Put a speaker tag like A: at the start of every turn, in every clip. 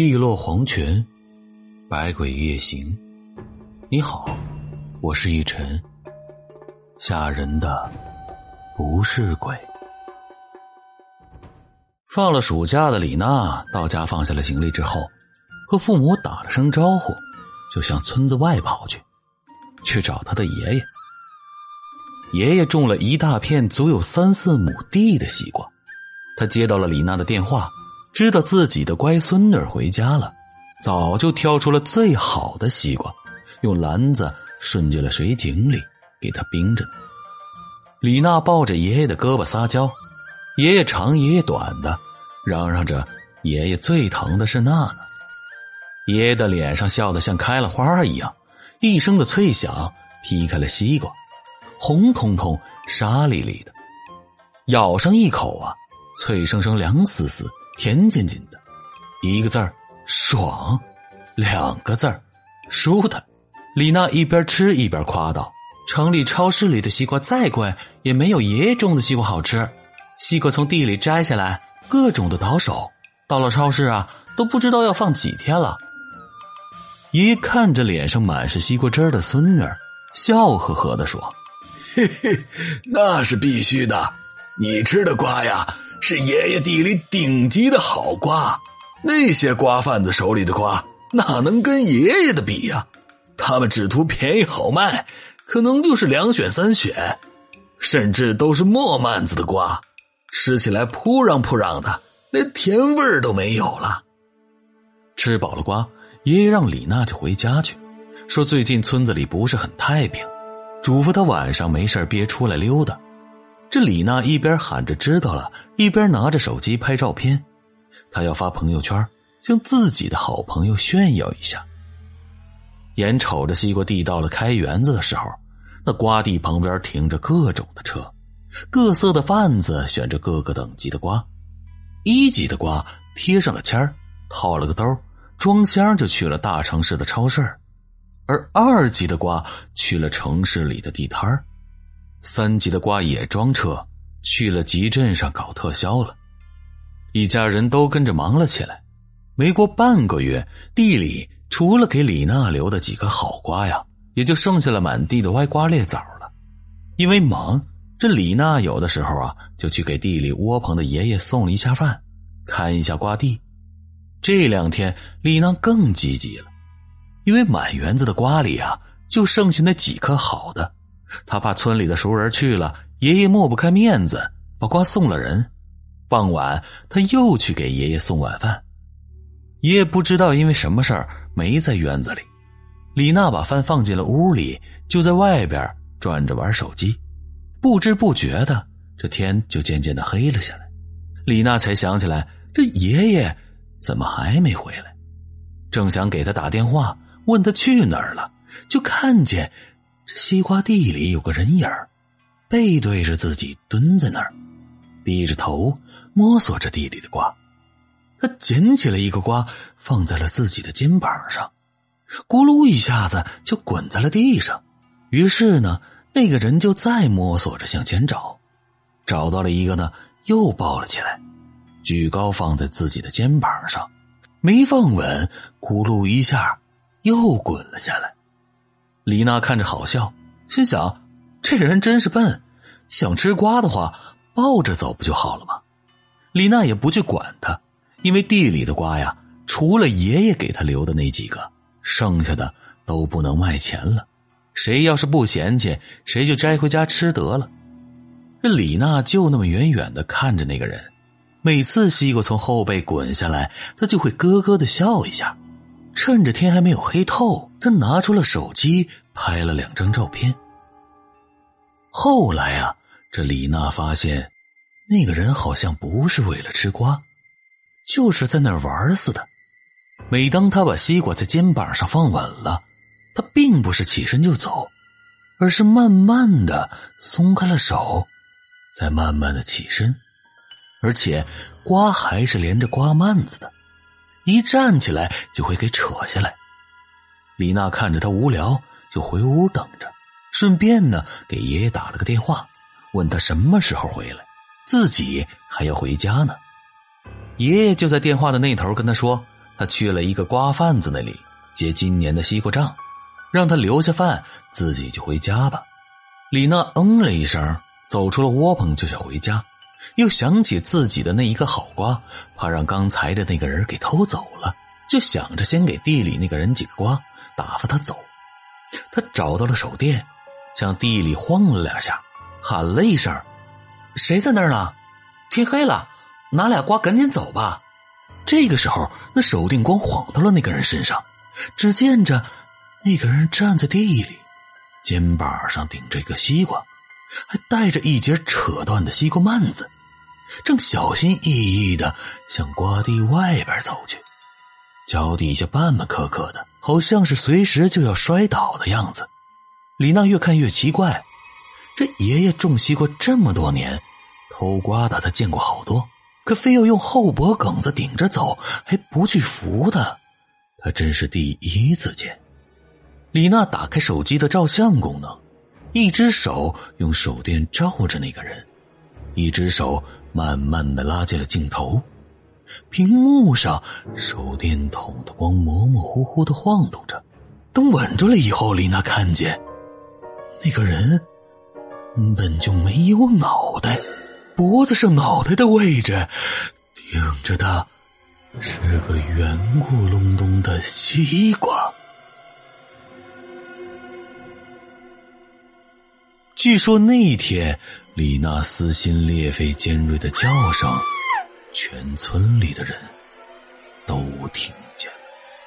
A: 碧落黄泉，百鬼夜行。你好，我是一晨。吓人的不是鬼。放了暑假的李娜到家放下了行李之后，和父母打了声招呼，就向村子外跑去找他的爷爷。爷爷种了一大片足有3-4亩地的西瓜，他接到了李娜的电话，知道自己的乖孙女回家了，早就挑出了最好的西瓜，用篮子顺进了水井里给他冰着呢。李娜抱着爷爷的胳膊撒娇，爷爷长爷爷短的，嚷嚷着爷爷最疼的是娜娜。爷爷的脸上笑得像开了花一样，一声的脆响劈开了西瓜，红彤彤沙粒粒的，咬上一口啊，脆生生凉丝丝甜津津的，一个字儿爽，2个字儿舒坦。李娜一边吃一边夸道，城里超市里的西瓜再贵也没有爷爷种的西瓜好吃，西瓜从地里摘下来各种的倒手，到了超市啊都不知道要放几天了。爷爷看着脸上满是西瓜汁的孙女，笑呵呵地说，
B: 嘿嘿，那是必须的，你吃的瓜呀是爷爷地里顶级的好瓜，那些瓜贩子手里的瓜哪能跟爷爷的比呀？他们只图便宜好卖，可能就是2选3选，甚至都是磨蔓子的瓜，吃起来扑瓤扑瓤的，连甜味儿都没有了。
A: 吃饱了瓜，爷爷让李娜就回家去，说最近村子里不是很太平，嘱咐她晚上没事别出来溜达。这李娜一边喊着知道了，一边拿着手机拍照片，她要发朋友圈，向自己的好朋友炫耀一下。眼瞅着西瓜地到了开园子的时候，那瓜地旁边停着各种的车，各色的贩子选着各个等级的瓜。1级的瓜贴上了签儿，套了个兜，装箱就去了大城市的超市，而2级的瓜去了城市里的地摊儿，3级的瓜也装车去了集镇上搞特销了。一家人都跟着忙了起来，没过半个月，地里除了给李娜留的几个好瓜呀，也就剩下了满地的歪瓜裂枣了。因为忙，这李娜有的时候啊，就去给地里窝棚的爷爷送了一下饭，看一下瓜地。这2天李娜更积极了，因为满园子的瓜里啊，就剩下那几颗好的，他怕村里的熟人去了，爷爷抹不开面子，把瓜送了人。傍晚他又去给爷爷送晚饭。爷爷不知道因为什么事儿没在院子里，李娜把饭放进了屋里，就在外边转着玩手机。不知不觉的，这天就渐渐的黑了下来。李娜才想起来，这爷爷怎么还没回来？正想给他打电话问他去哪儿了，就看见这西瓜地里有个人影，背对着自己蹲在那儿，低着头摸索着地里的瓜。他捡起了一个瓜放在了自己的肩膀上，咕噜一下子就滚在了地上。于是呢，那个人就再摸索着向前找，找到了一个呢，又抱了起来，举高放在自己的肩膀上，没放稳，咕噜一下又滚了下来。李娜看着好笑，心想这人真是笨，想吃瓜的话抱着走不就好了吗？李娜也不去管他，因为地里的瓜呀，除了爷爷给他留的那几个，剩下的都不能卖钱了，谁要是不嫌弃，谁就摘回家吃得了。这李娜就那么远远地看着那个人，每次西瓜从后背滚下来，他就会咯咯地笑一下。趁着天还没有黑透，他拿出了手机拍了2张照片。后来啊，这李娜发现那个人好像不是为了吃瓜，就是在那儿玩似的。每当他把西瓜在肩膀上放稳了，他并不是起身就走，而是慢慢的松开了手，再慢慢的起身，而且瓜还是连着瓜蔓子的，一站起来就会给扯下来。李娜看着他无聊，就回屋等着，顺便呢给爷爷打了个电话，问他什么时候回来，自己还要回家呢。爷爷就在电话的那头跟他说， 他去了一个瓜贩子那里结今年的西瓜账，让他留下饭，自己就回家吧。李娜了一声，走出了窝棚就想回家，又想起自己的那一个好瓜，怕让刚才的那个人给偷走了，就想着先给地里那个人几个瓜，打发他走。他找到了手电，向地里晃了两下，喊了一声：“谁在那儿呢？天黑了，拿俩瓜赶紧走吧。”这个时候，那手电光晃到了那个人身上，只见着那个人站在地里，肩膀上顶着一个西瓜，还带着一截扯断的西瓜蔓子，正小心翼翼地向瓜地外边走去，脚底下绊绊磕磕的，好像是随时就要摔倒的样子。李娜越看越奇怪，这爷爷种西瓜这么多年，偷瓜的他见过好多，可非要用后脖梗子顶着走还不去扶的，他真是第一次见。李娜打开手机的照相功能，一只手用手电照着那个人，一只手慢慢地拉近了镜头。屏幕上手电筒的光模模糊糊地晃动着，等稳住了以后，李娜看见那个人根本就没有脑袋，脖子上脑袋的位置顶着的是个圆咕隆咚的西瓜。据说那一天，李娜撕心裂肺尖锐的叫声，全村里的人都听见了。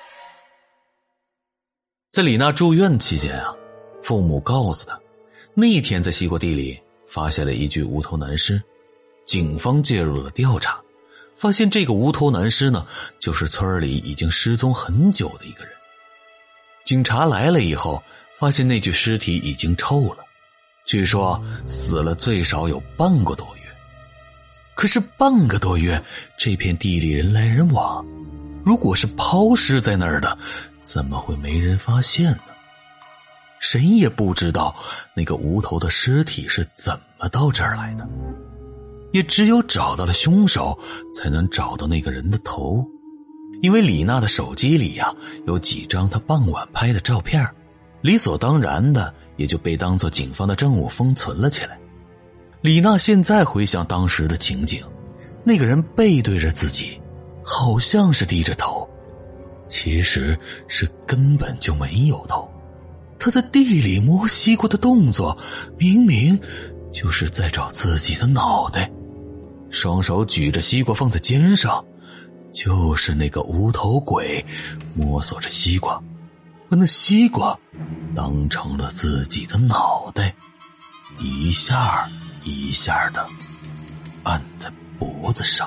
A: 在李娜住院期间啊，父母告诉她，那天在西瓜地里发现了一具无头男尸，警方介入了调查，发现这个无头男尸呢，就是村里已经失踪很久的一个人。警察来了以后，发现那具尸体已经臭了，据说死了最少有半个多月。可是半个多月，这片地里人来人往，如果是抛尸在那儿的，怎么会没人发现呢？谁也不知道那个无头的尸体是怎么到这儿来的，也只有找到了凶手，才能找到那个人的头。因为李娜的手机里啊，有几张她傍晚拍的照片，理所当然的也就被当作警方的证物封存了起来。李娜现在回想当时的情景，那个人背对着自己，好像是低着头，其实是根本就没有头。他在地里摸西瓜的动作，明明就是在找自己的脑袋。双手举着西瓜放在肩上，就是那个无头鬼摸索着西瓜，把那西瓜当成了自己的脑袋，一下一下的按在脖子上。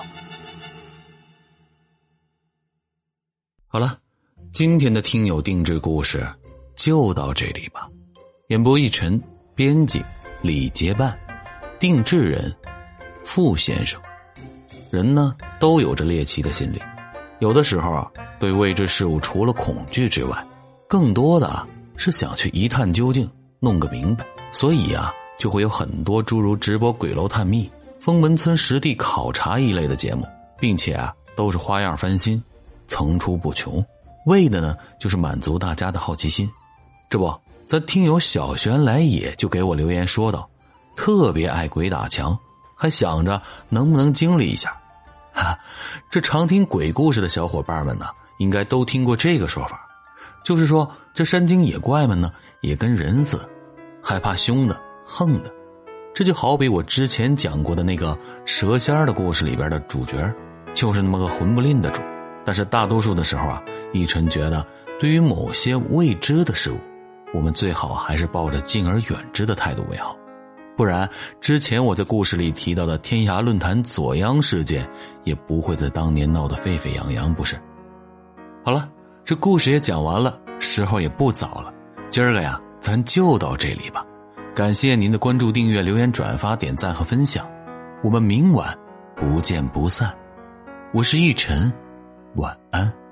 A: 好了，今天的听友定制故事就到这里吧。演播一晨，编辑李结伴，定制人傅先生。人呢都有着猎奇的心理，有的时候啊，对未知事物除了恐惧之外，更多的是想去一探究竟，弄个明白。所以啊，就会有很多诸如直播鬼楼探秘、封门村实地考察一类的节目，并且啊，都是花样翻新，层出不穷，为的呢就是满足大家的好奇心。这不，咱听友小玄来也就给我留言说道，特别爱鬼打墙，还想着能不能经历一下。这常听鬼故事的小伙伴们呢，应该都听过这个说法，就是说这山精野怪们呢也跟人似的，害怕凶的横的。这就好比我之前讲过的那个蛇仙的故事里边的主角，就是那么个混不吝的主。但是大多数的时候啊，一晨觉得对于某些未知的事物，我们最好还是抱着敬而远之的态度为好，不然之前我在故事里提到的天涯论坛左央事件也不会在当年闹得沸沸扬扬，不是？好了，这故事也讲完了，时候也不早了，今儿个呀咱就到这里吧。感谢您的关注、订阅、留言、转发、点赞和分享，我们明晚不见不散。我是一晨，晚安。